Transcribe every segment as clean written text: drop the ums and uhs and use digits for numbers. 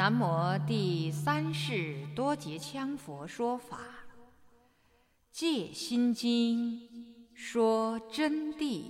南无第三世多杰羌佛说法，戒心经说真谛。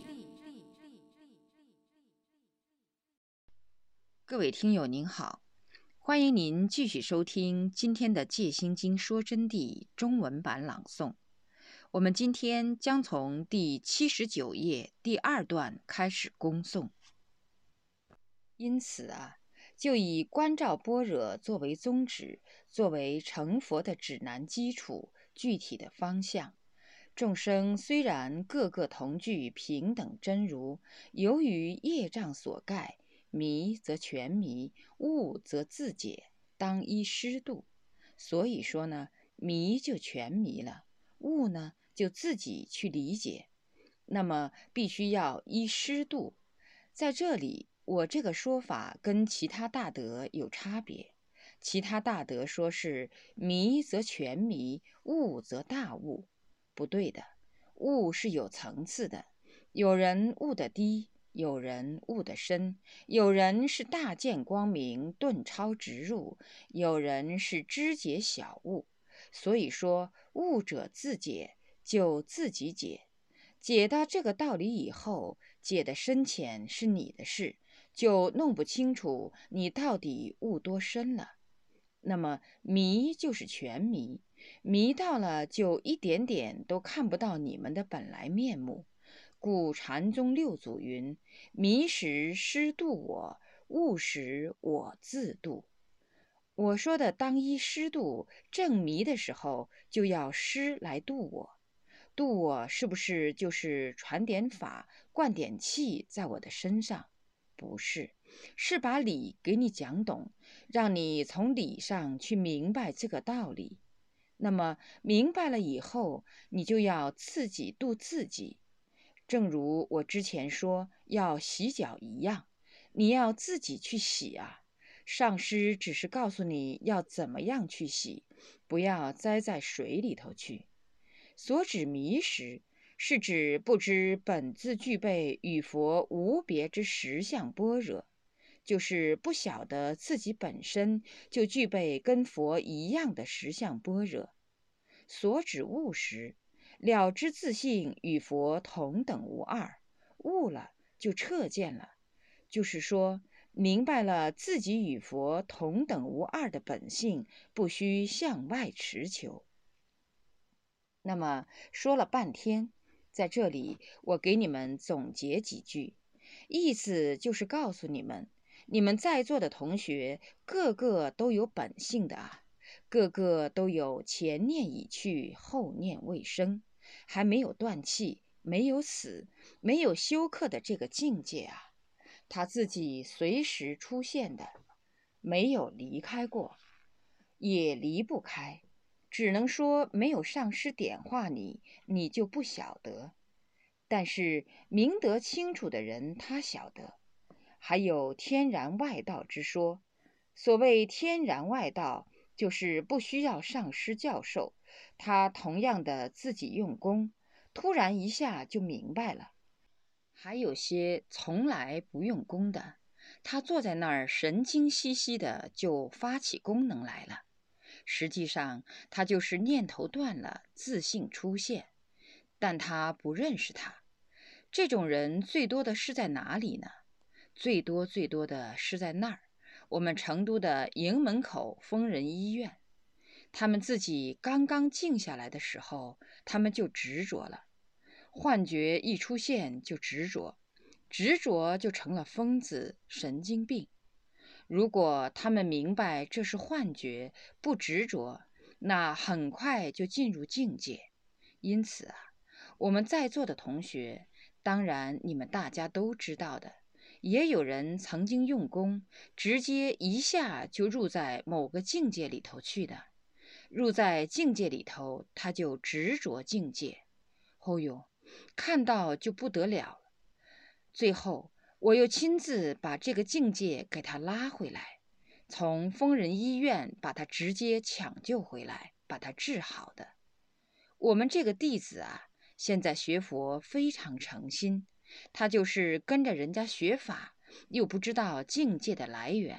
各位听友您好，欢迎您继续收听今天的戒心经说真谛中文版朗诵。我们今天将从第79页第2段开始恭诵。因此就以观照般若作为宗旨，作为成佛的指南基础，具体的方向。众生虽然个个同具平等真如，由于业障所盖，迷则全迷，悟则自解，当依师度。所以说呢，迷就全迷了，悟呢就自己去理解，那么必须要依师度。在这里我这个说法跟其他大德有差别，其他大德说是迷则全迷，悟则大悟，不对的。悟是有层次的，有人悟得低，有人悟得深，有人是大见光明，顿超直入，有人是知解小悟。所以说悟者自解，就自己解，解到这个道理以后，解的深浅是你的事，就弄不清楚你到底悟多深了。那么迷就是全迷，迷到了就一点点都看不到你们的本来面目。故禅宗六祖云：迷时师度我，悟时我自度。我说的当依师度，正迷的时候就要师来度我。度我是不是就是传点法，灌点气在我的身上？不是，是把理给你讲懂，让你从理上去明白这个道理。那么明白了以后，你就要自己度自己。正如我之前说要洗脚一样，你要自己去洗啊。上师只是告诉你要怎么样去洗，不要栽在水里头去。所指迷时，是指不知本自具备与佛无别之实相般若，就是不晓得自己本身就具备跟佛一样的实相般若。所指悟时，了知自性与佛同等无二，悟了就彻见了，就是说明白了自己与佛同等无二的本性，不需向外持求。那么说了半天，在这里我给你们总结几句，意思就是告诉你们，你们在座的同学个个都有本性的个个都有前念已去，后念未生，还没有断气，没有死，没有休克的这个境界他自己随时出现的，没有离开过，也离不开，只能说没有上师点化你，你就不晓得。但是明得清楚的人他晓得。还有天然外道之说，所谓天然外道，就是不需要上师教授，他同样的自己用功，突然一下就明白了。还有些从来不用功的，他坐在那儿神经兮兮的就发起功能来了，实际上他就是念头断了，自性出现，但他不认识他。这种人最多的是在哪里呢？最多的是在那儿，我们成都的营门口疯人医院。他们自己刚刚静下来的时候，他们就执着了，幻觉一出现就执着，执着就成了疯子、神经病。如果他们明白这是幻觉，不执着，那很快就进入境界。因此我们在座的同学，当然你们大家都知道的，也有人曾经用功，直接一下就入在某个境界里头去的。入在境界里头，他就执着境界，看到就不得了了。最后我又亲自把这个境界给他拉回来，从疯人医院把他直接抢救回来，把他治好的。我们这个弟子现在学佛非常诚心，他就是跟着人家学法，又不知道境界的来源，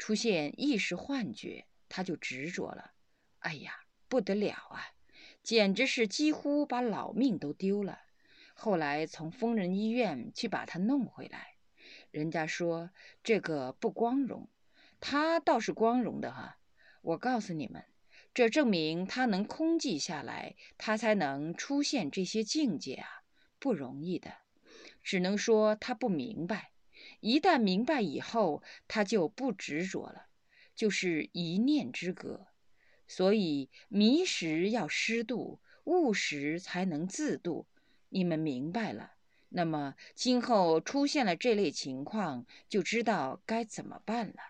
出现意识幻觉，他就执着了。哎呀，不得了啊，简直是几乎把老命都丢了。后来从疯人医院去把他弄回来，人家说这个不光荣，他倒是光荣的哈。我告诉你们，这证明他能空寂下来，他才能出现这些境界啊，不容易的。只能说他不明白，一旦明白以后，他就不执着了，就是一念之隔。所以迷时要失度，悟时才能自度。你们明白了，那么今后出现了这类情况，就知道该怎么办了。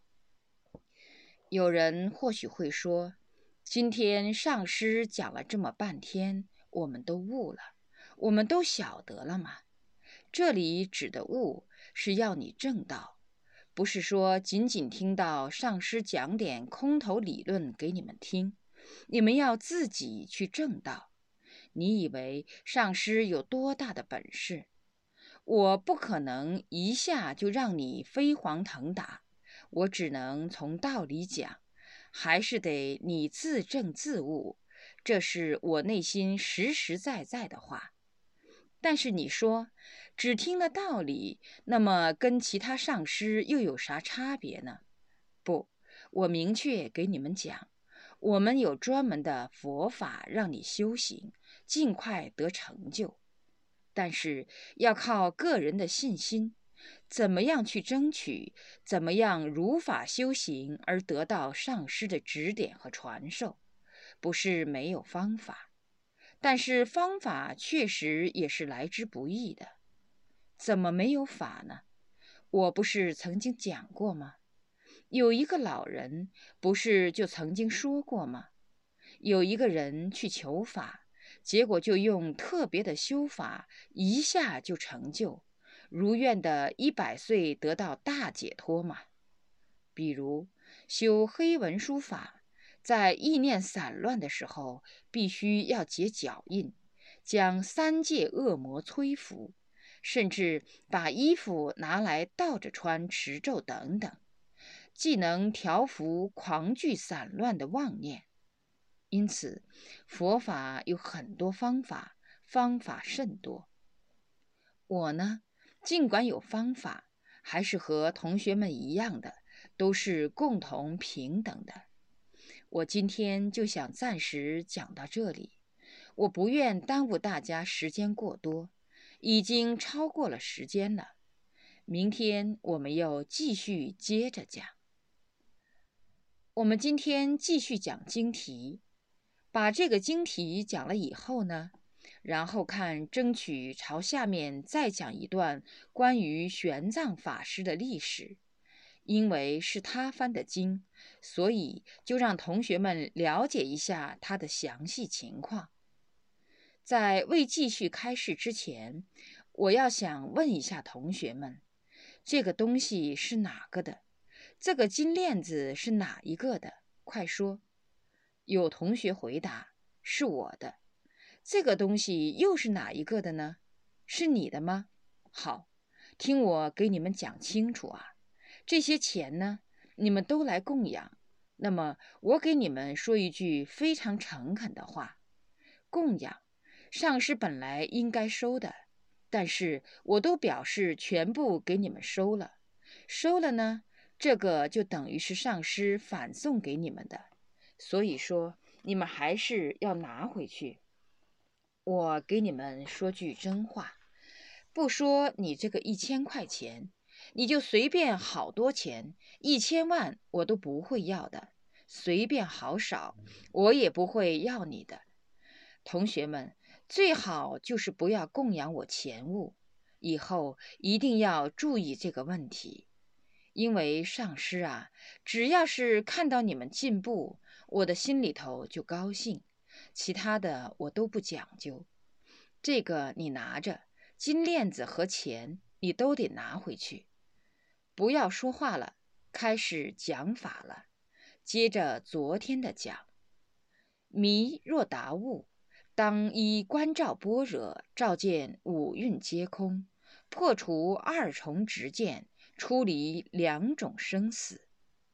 有人或许会说，今天上师讲了这么半天，我们都悟了，我们都晓得了吗？这里指的悟是要你证道，不是说仅仅听到上师讲点空头理论给你们听，你们要自己去证道。你以为上师有多大的本事？我不可能一下就让你飞黄腾达，我只能从道理讲，还是得你自证自悟，这是我内心实实在在的话。但是你说，只听了道理，那么跟其他上师又有啥差别呢？不，我明确给你们讲，我们有专门的佛法让你修行，尽快得成就。但是要靠个人的信心，怎么样去争取，怎么样如法修行而得到上师的指点和传授，不是没有方法。但是方法确实也是来之不易的。怎么没有法呢？我不是曾经讲过吗？有一个老人不是就曾经说过吗？有一个人去求法，结果就用特别的修法，一下就成就，如愿的100岁得到大解脱嘛。比如修黑文书法，在意念散乱的时候，必须要解脚印，将3界恶魔摧伏，甚至把衣服拿来倒着穿持咒等等，既能调伏狂聚散乱的妄念。因此佛法有很多方法，方法甚多。我呢，尽管有方法，还是和同学们一样的，都是共同平等的。我今天就想暂时讲到这里，我不愿耽误大家时间过多，已经超过了时间了。明天我们又继续接着讲。我们今天继续讲经题，把这个经题讲了以后呢，然后看争取朝下面再讲一段关于玄奘法师的历史。因为是他翻的经，所以就让同学们了解一下他的详细情况。在未继续开示之前，我要想问一下同学们，这个东西是哪个的？这个金链子是哪一个的？快说！有同学回答：是我的。这个东西又是哪一个的呢？是你的吗？好，听我给你们讲清楚啊。这些钱呢，你们都来供养。那么我给你们说一句非常诚恳的话：供养，上师本来应该收的，但是我都表示全部给你们收了。收了呢，这个就等于是上师反送给你们的，所以说你们还是要拿回去。我给你们说句真话，不说你这个1000块钱，你就随便好多钱，1000万我都不会要的，随便好少，我也不会要你的。同学们，最好就是不要供养我钱物，以后一定要注意这个问题。因为上师啊，只要是看到你们进步，我的心里头就高兴，其他的我都不讲究。这个你拿着，金链子和钱你都得拿回去。不要说话了，开始讲法了。接着昨天的讲，迷若达悟，当依观照般若，照见五蕴皆空，破除2重执见，出离2种生死。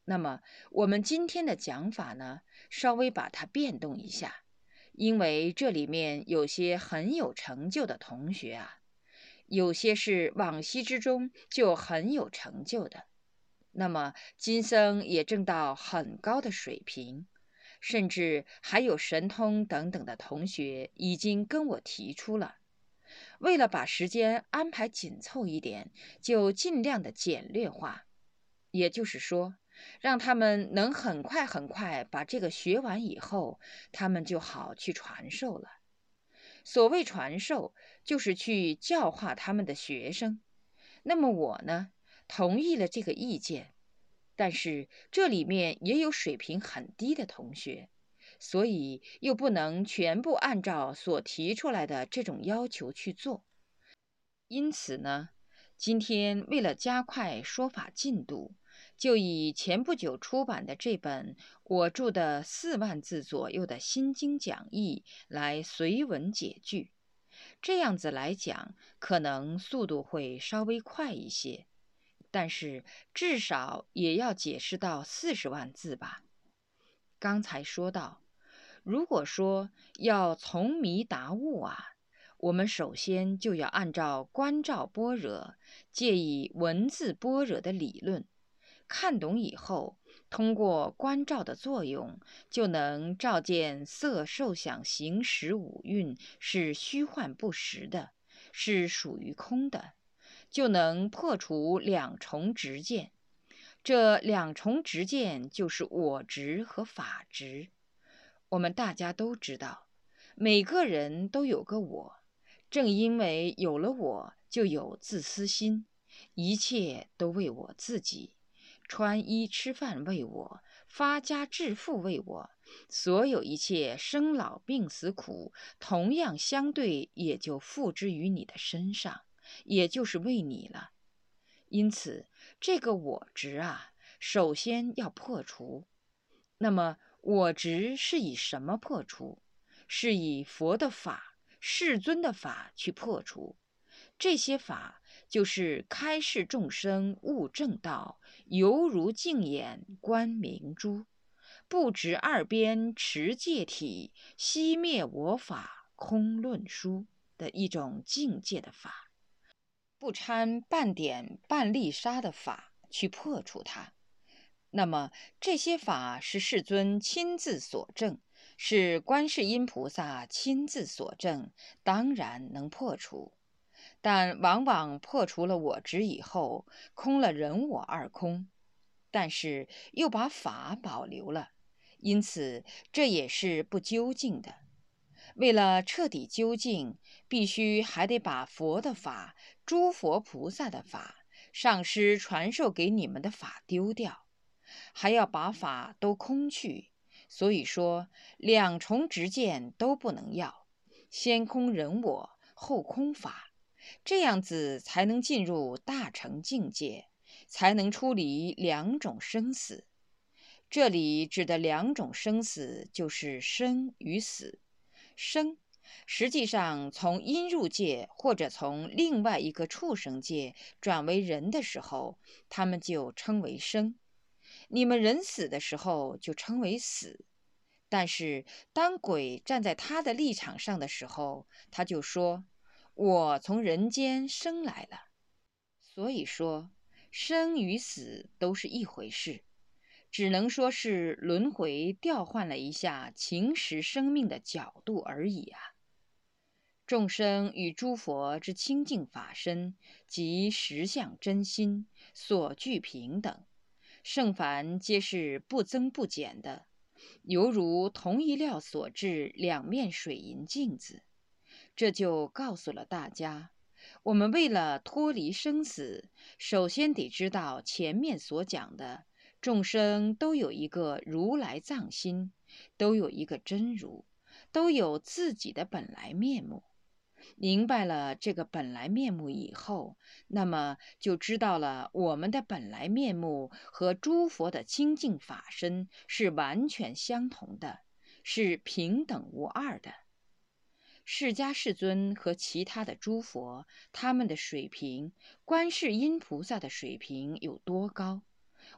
那么我们今天的讲法呢，稍微把它变动一下，因为这里面有些很有成就的同学啊，有些是往昔之中就很有成就的，那么今生也正到很高的水平，甚至还有神通等等的同学已经跟我提出了。为了把时间安排紧凑一点，就尽量的简略化，也就是说，让他们能很快很快把这个学完以后，他们就好去传授了。所谓传授，就是去教化他们的学生。那么我呢，同意了这个意见，但是这里面也有水平很低的同学，所以又不能全部按照所提出来的这种要求去做。因此呢，今天为了加快说法进度，就以前不久出版的这本我著的4万字左右的心经讲义来随文解句。这样子来讲，可能速度会稍微快一些，但是至少也要解释到40万字吧。刚才说到，如果说要从迷达悟啊，我们首先就要按照观照般若，借以文字般若的理论，看懂以后，通过观照的作用，就能照见色受想行识五蕴是虚幻不实的，是属于空的，就能破除两重执见。这两重执见就是我执和法执。我们大家都知道，每个人都有个我，正因为有了我，就有自私心，一切都为我自己，穿衣吃饭为我，发家致富为我，所有一切生老病死苦，同样相对也就付之于你的身上，也就是为你了。因此，这个我执啊，首先要破除。那么，我执是以什么破除？是以佛的法、世尊的法去破除。这些法就是开示众生悟正道，犹如镜眼观明珠，不执二边持戒体，熄灭我法空论书的一种境界的法。不掺半点半粒沙的法去破除它。那么这些法是世尊亲自所证，是观世音菩萨亲自所证，当然能破除。但往往破除了我执以后，空了人我二空，但是又把法保留了，因此这也是不究竟的。为了彻底究竟，必须还得把佛的法、诸佛菩萨的法、上师传授给你们的法丢掉，还要把法都空去。所以说，两重执见都不能要，先空人我，后空法，这样子才能进入大乘境界，才能出离两种生死。这里指的两种生死，就是生与死。生，实际上从阴入界或者从另外一个畜生界转为人的时候，他们就称为生。你们人死的时候就称为死。但是当鬼站在他的立场上的时候，他就说：我从人间生来了。所以说，生与死都是一回事。只能说是轮回调换了一下情识生命的角度而已啊。众生与诸佛之清净法身及实相真心所具平等，圣凡皆是不增不减的，犹如同一料所制两面水银镜子。这就告诉了大家，我们为了脱离生死，首先得知道前面所讲的众生都有一个如来藏心，都有一个真如，都有自己的本来面目。明白了这个本来面目以后，那么就知道了我们的本来面目和诸佛的清净法身是完全相同的，是平等无二的。释迦世尊和其他的诸佛，他们的水平，观世音菩萨的水平有多高，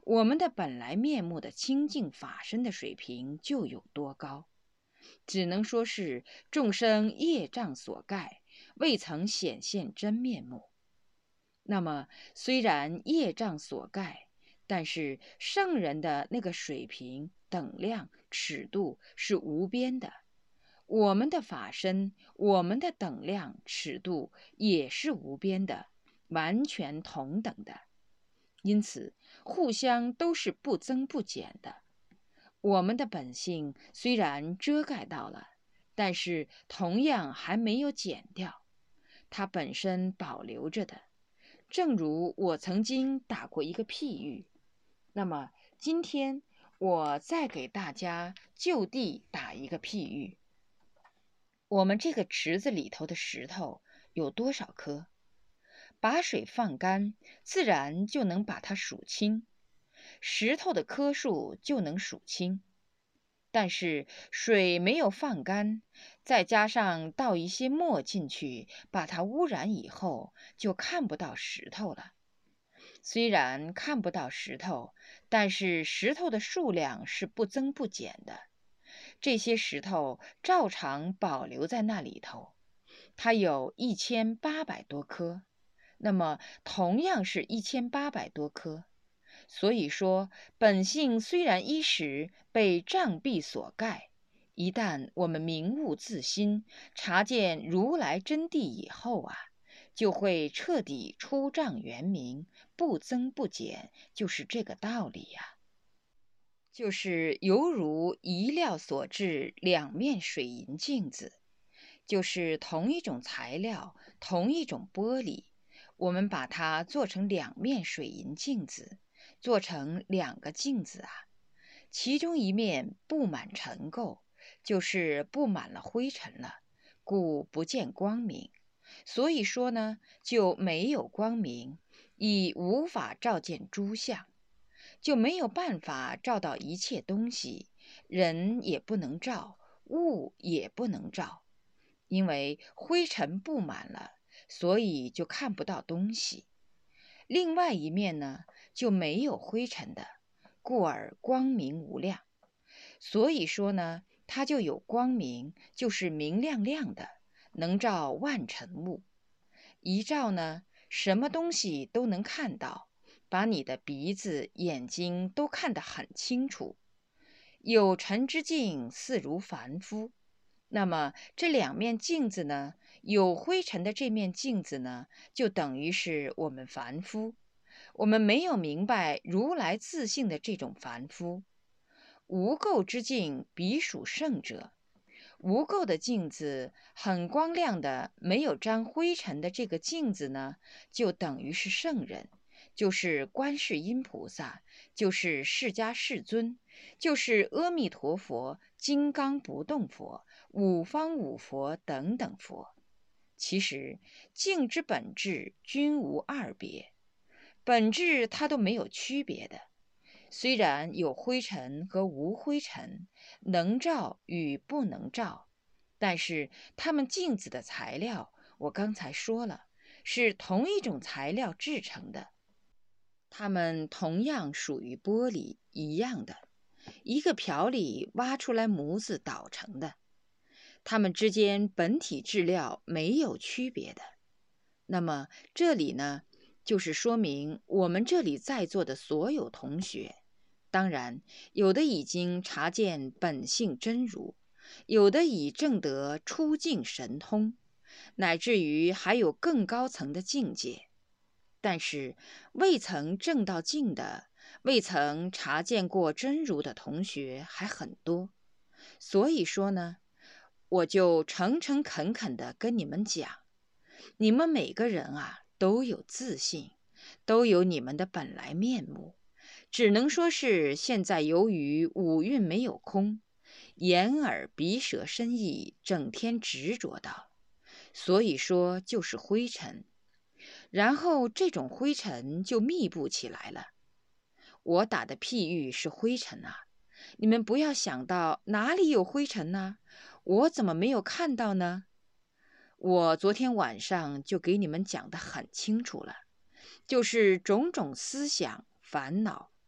我们的本来面目的清净法身的水平就有多高，只能说是众生业障所盖，未曾显现真面目。那么虽然业障所盖，但是圣人的那个水平、等量、尺度是无边的，我们的法身、我们的等量、尺度也是无边的，完全同等的。因此互相都是不增不减的。我们的本性虽然遮盖到了，但是同样还没有减掉，它本身保留着的。正如我曾经打过一个譬喻，那么今天我再给大家就地打一个譬喻。我们这个池子里头的石头有多少颗？把水放干，自然就能把它数清，石头的颗数就能数清。但是水没有放干，再加上倒一些墨进去，把它污染以后，就看不到石头了。虽然看不到石头，但是石头的数量是不增不减的。这些石头照常保留在那里头，它有1800多颗，那么同样是1800多颗。所以说，本性虽然一时被障蔽所盖，一旦我们明悟自心，察见如来真谛以后啊，就会彻底出障圆明，不增不减，就是这个道理呀。就是犹如一料所制两面水银镜子，就是同一种材料，同一种玻璃，我们把它做成两面水银镜子，做成两个镜子啊，其中一面布满尘垢，就是布满了灰尘了，故不见光明。所以说呢，就没有光明，亦无法照见诸相，就没有办法照到一切东西，人也不能照，物也不能照，因为灰尘布满了，所以就看不到东西。另外一面呢，就没有灰尘的，故而光明无量。所以说呢，它就有光明，就是明亮亮的，能照万尘物。一照呢，什么东西都能看到，把你的鼻子、眼睛都看得很清楚。有尘之境，似如凡夫。那么这两面镜子呢，有灰尘的这面镜子呢，就等于是我们凡夫。我们没有明白如来自性的这种凡夫。无垢之境，彼属圣者。无垢的镜子很光亮的，没有沾灰尘的这个镜子呢，就等于是圣人，就是观世音菩萨，就是释迦世尊，就是阿弥陀佛、金刚不动佛、五方五佛等等佛。其实镜之本质均无二别，本质它都没有区别的。虽然有灰尘和无灰尘，能照与不能照，但是它们镜子的材料，我刚才说了，是同一种材料制成的。它们同样属于玻璃一样的，一个瓢里挖出来模子捣成的，它们之间本体质料没有区别的。那么这里呢，就是说明我们这里在座的所有同学，当然有的已经察见本性真如，有的已证得出境神通，乃至于还有更高层的境界。但是未曾证到境的，未曾察见过真如的同学还很多。所以说呢，我就诚诚恳恳地跟你们讲，你们每个人啊都有自信，都有你们的本来面目，只能说是现在由于五蕴没有空，眼耳鼻舌身意整天执着到，所以说就是灰尘，然后这种灰尘就密布起来了。我打的譬喻是灰尘啊，你们不要想到哪里有灰尘呢？我怎么没有看到呢？我昨天晚上就给你们讲得很清楚了，就是种种思想、烦恼、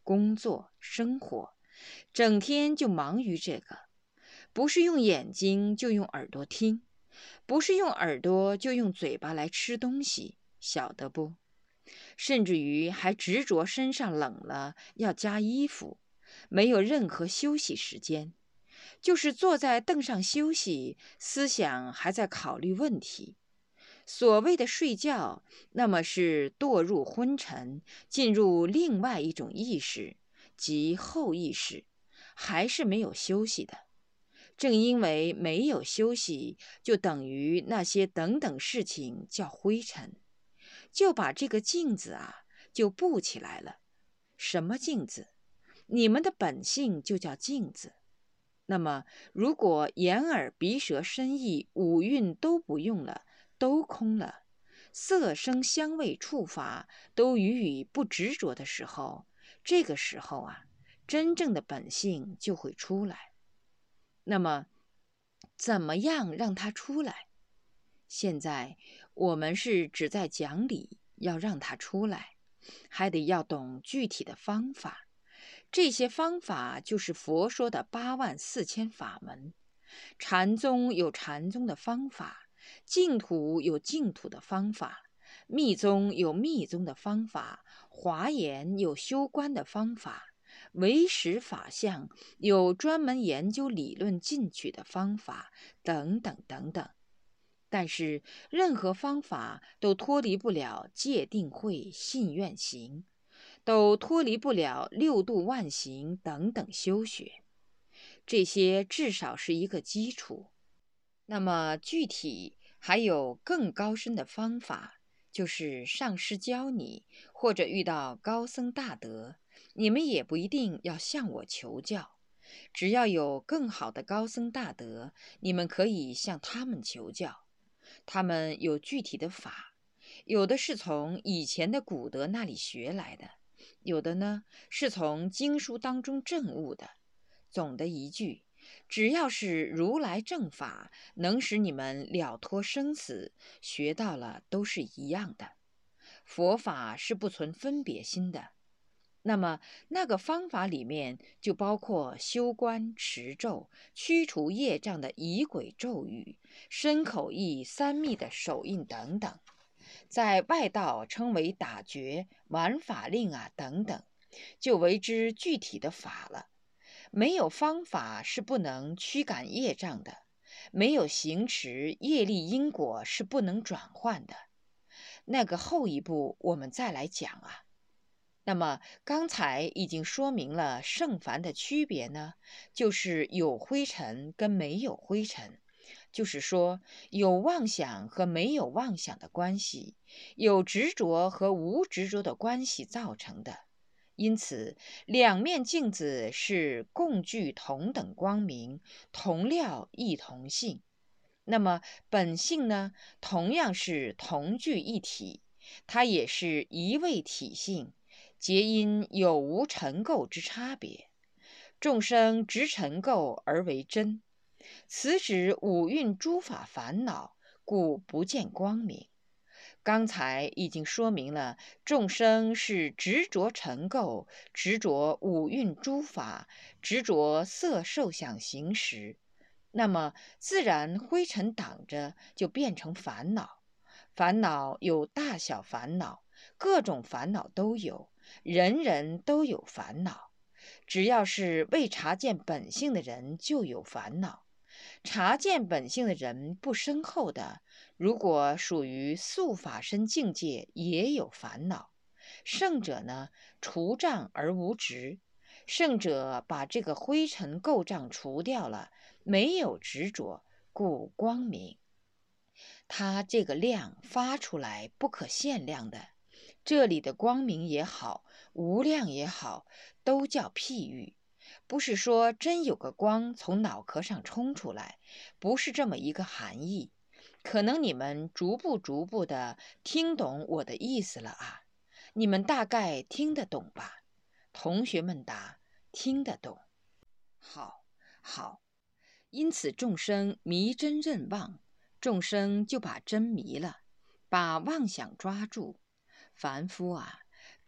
工作、生活，整天就忙于这个，不是用眼睛就用耳朵听，不是用耳朵就用嘴巴来吃东西，晓得不？甚至于还执着身上冷了要加衣服，没有任何休息时间，就是坐在凳上休息，思想还在考虑问题。所谓的睡觉，那么是堕入昏沉，进入另外一种意识，即后意识，还是没有休息的。正因为没有休息，就等于那些等等事情叫灰尘，就把这个镜子就布起来了。什么镜子？你们的本性就叫镜子。那么，如果眼耳鼻舌身意五蕴都不用了，都空了，色声香味触法都予以不执着的时候，这个时候真正的本性就会出来。那么，怎么样让它出来？现在我们是只在讲理，要让它出来，还得要懂具体的方法。这些方法就是佛说的84000法门。禅宗有禅宗的方法，净土有净土的方法，密宗有密宗的方法，华严有修观的方法，唯识法相有专门研究理论进取的方法，等等等等。但是任何方法都脱离不了戒定慧信愿行，都脱离不了六度万行等等修学，这些至少是一个基础。那么具体还有更高深的方法，就是上师教你，或者遇到高僧大德，你们也不一定要向我求教，只要有更好的高僧大德，你们可以向他们求教。他们有具体的法，有的是从以前的古德那里学来的，有的呢是从经书当中证悟的。总的一句，只要是如来正法，能使你们了脱生死，学到了都是一样的。佛法是不存分别心的。那么那个方法里面就包括修观持咒、驱除业障的仪轨咒语、身口意三密的手印等等，在外道称为打诀、玩法令等等，就为之具体的法了。没有方法是不能驱赶业障的，没有行持，业力因果是不能转换的。那个后一步我们再来讲那么刚才已经说明了圣凡的区别呢，就是有灰尘跟没有灰尘，就是说有妄想和没有妄想的关系，有执着和无执着的关系造成的。因此，两面镜子是共具同等光明，同料亦同性。那么本性呢，同样是同具一体，它也是一位体性，皆因有无尘垢之差别。众生执尘垢而为真，此指五蕴诸法烦恼，故不见光明。刚才已经说明了，众生是执着尘垢，执着五蕴诸法，执着色受想行识，那么自然灰尘挡着，就变成烦恼。烦恼有大小烦恼，各种烦恼都有，人人都有烦恼。只要是未察见本性的人，就有烦恼。察见本性的人不深厚的，如果属于素法身境界，也有烦恼。圣者呢，除障而无执，圣者把这个灰尘垢障除掉了，没有执着，故光明。它这个亮发出来不可限量的，这里的光明也好，无量也好，都叫譬喻。不是说真有个光从脑壳上冲出来，不是这么一个含义。可能你们逐步的听懂我的意思了你们大概听得懂吧？同学们答，听得懂。好，好。因此众生迷真认妄，众生就把真迷了，把妄想抓住。凡夫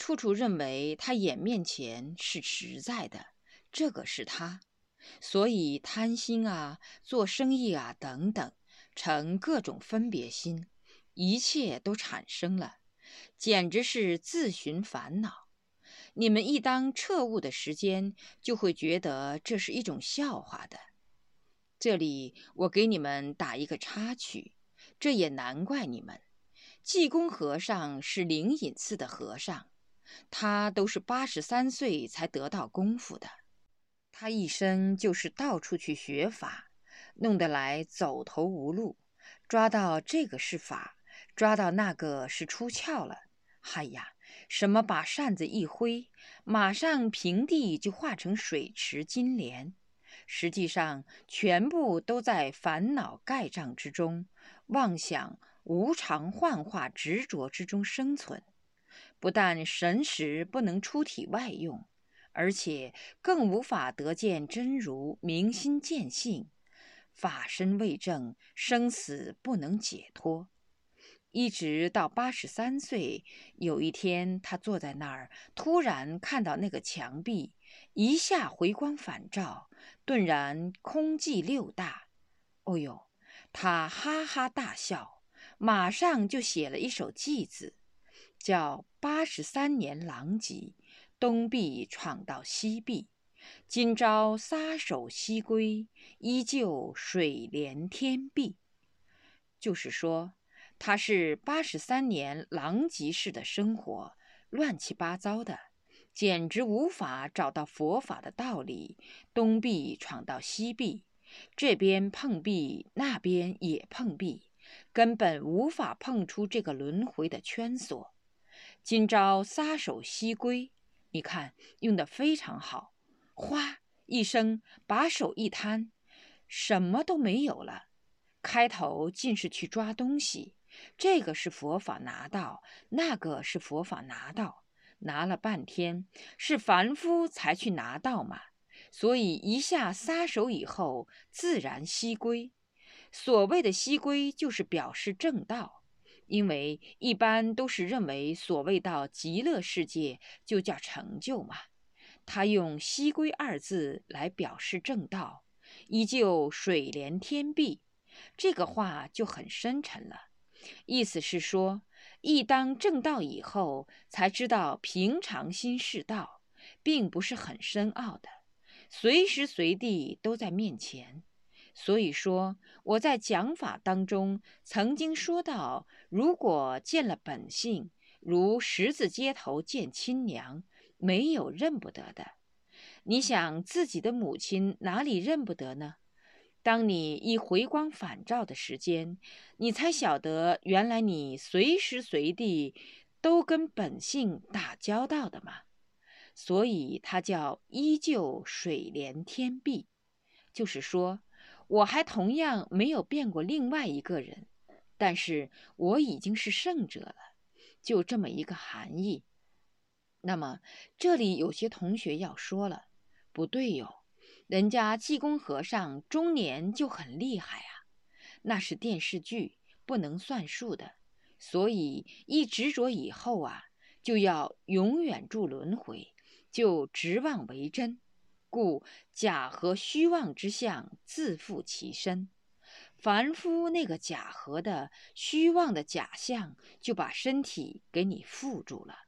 处处认为他眼面前是实在的，这个是他，所以贪心啊、做生意啊等等，成各种分别心，一切都产生了，简直是自寻烦恼。你们一当彻悟的时间，就会觉得这是一种笑话的。这里我给你们打一个插曲，这也难怪你们。济公和尚是灵隐寺的和尚，他都是83岁才得到功夫的。他一生就是到处去学法，弄得来走投无路，抓到这个是法，抓到那个是出窍了。嗨呀，什么把扇子一挥，马上平地就化成水池金莲。实际上，全部都在烦恼盖障之中，妄想无常幻化执着之中生存。不但神识不能出体外用，而且更无法得见真如，明心见性。法身未正，生死不能解脱。一直到83岁，有一天他坐在那儿，突然看到那个墙壁一下回光返照，顿然空寂六大。哦呦，他哈哈大笑，马上就写了一首偈子，叫83年狼藉，东壁闯到西壁，今朝撒手西归，依旧水连天碧。就是说，他是83年狼藉式的生活，乱七八糟的，简直无法找到佛法的道理，东壁闯到西壁，这边碰壁，那边也碰壁，根本无法碰出这个轮回的圈锁。今朝撒手西归，你看用得非常好，哗一声把手一摊，什么都没有了。开头尽是去抓东西，这个是佛法拿到，那个是佛法拿到，拿了半天，是凡夫才去拿到嘛，所以一下撒手以后，自然西归。所谓的西归，就是表示正道，因为一般都是认为所谓到极乐世界就叫成就嘛，他用西归二字来表示正道，依旧水连天碧。这个话就很深沉了，意思是说，一当正道以后，才知道平常心是道，并不是很深奥的，随时随地都在面前。所以说，我在讲法当中曾经说到，如果见了本性，如十字街头见亲娘，没有认不得的。你想自己的母亲哪里认不得呢？当你一回光返照的时间，你才晓得原来你随时随地都跟本性打交道的嘛。所以它叫依旧水连天碧，就是说我还同样没有变过另外一个人，但是我已经是圣者了，就这么一个含义。那么这里有些同学要说了，不对哟，人家济公和尚中年就很厉害啊，那是电视剧，不能算数的。所以一执着以后啊，就要永远住轮回，就执妄为真，故假和虚妄之相自负其身。凡夫那个假合的虚妄的假象，就把身体给你缚住了。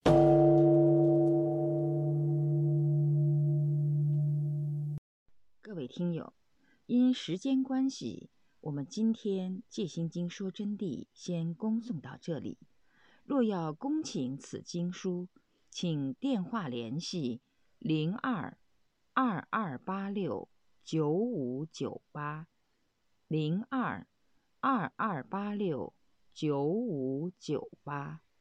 各位听友，因时间关系，我们今天《戒心经说真谛》先恭诵到这里。若要恭请此经书，请电话联系02-2286-9598 02-2286-9598。